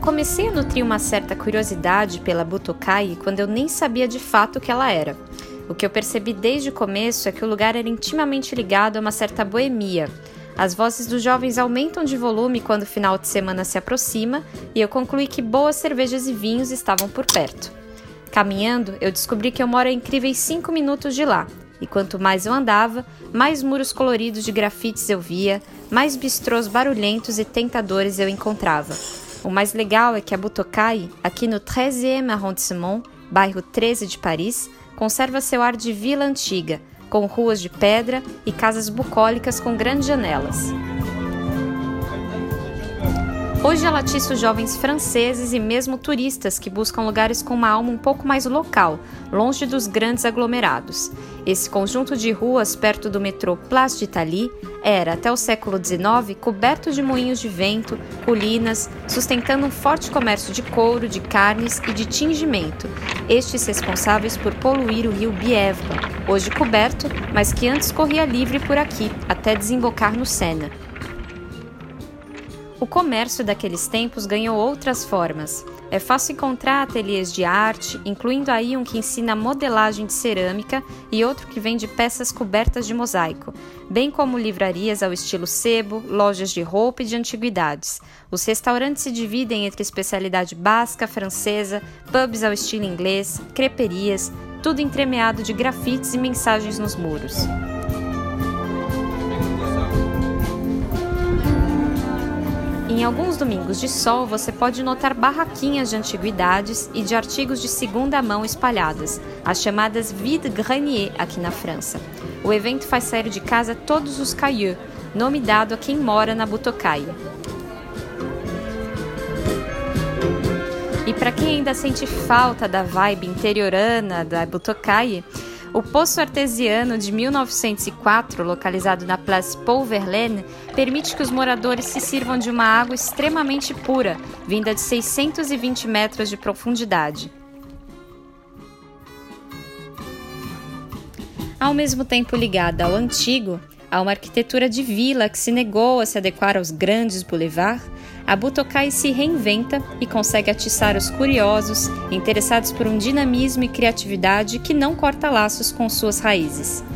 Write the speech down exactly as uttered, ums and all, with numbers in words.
comecei a nutrir uma certa curiosidade pela Butokai quando eu nem sabia de fato o que ela era. O que eu percebi desde o começo é que o lugar era intimamente ligado a uma certa boemia. As vozes dos jovens aumentam de volume quando o final de semana se aproxima e eu concluí que boas cervejas e vinhos estavam por perto. Caminhando, eu descobri que eu moro a incríveis cinco minutos de lá, e quanto mais eu andava, mais muros coloridos de grafites eu via, mais bistrôs barulhentos e tentadores eu encontrava. O mais legal é que a Butokai, aqui no treizième arrondissement, bairro treze de Paris, conserva seu ar de vila antiga, com ruas de pedra e casas bucólicas com grandes janelas. Hoje ela atiça jovens franceses e mesmo turistas que buscam lugares com uma alma um pouco mais local, longe dos grandes aglomerados. Esse conjunto de ruas perto do metrô Place d'Italie era, até o século dezenove, coberto de moinhos de vento, colinas, sustentando um forte comércio de couro, de carnes e de tingimento, estes responsáveis por poluir o rio Bièvre, hoje coberto, mas que antes corria livre por aqui, até desembocar no Sena. O comércio daqueles tempos ganhou outras formas. É fácil encontrar ateliês de arte, incluindo aí um que ensina modelagem de cerâmica e outro que vende peças cobertas de mosaico, bem como livrarias ao estilo sebo, lojas de roupa e de antiguidades. Os restaurantes se dividem entre especialidade basca, francesa, pubs ao estilo inglês, creperias, tudo entremeado de grafites e mensagens nos muros. Em alguns domingos de sol, você pode notar barraquinhas de antiguidades e de artigos de segunda mão espalhadas, as chamadas vide-grenier aqui na França. O evento faz sair de casa todos os cailloux, nome dado a quem mora na Butokai. E para quem ainda sente falta da vibe interiorana da Butokai, o poço artesiano de mil novecentos e quatro, localizado na Place Paul Verlaine, permite que os moradores se sirvam de uma água extremamente pura, vinda de seiscentos e vinte metros de profundidade. Ao mesmo tempo ligada ao antigo, a uma arquitetura de vila que se negou a se adequar aos grandes boulevards, a Butokai se reinventa e consegue atiçar os curiosos, interessados por um dinamismo e criatividade que não corta laços com suas raízes.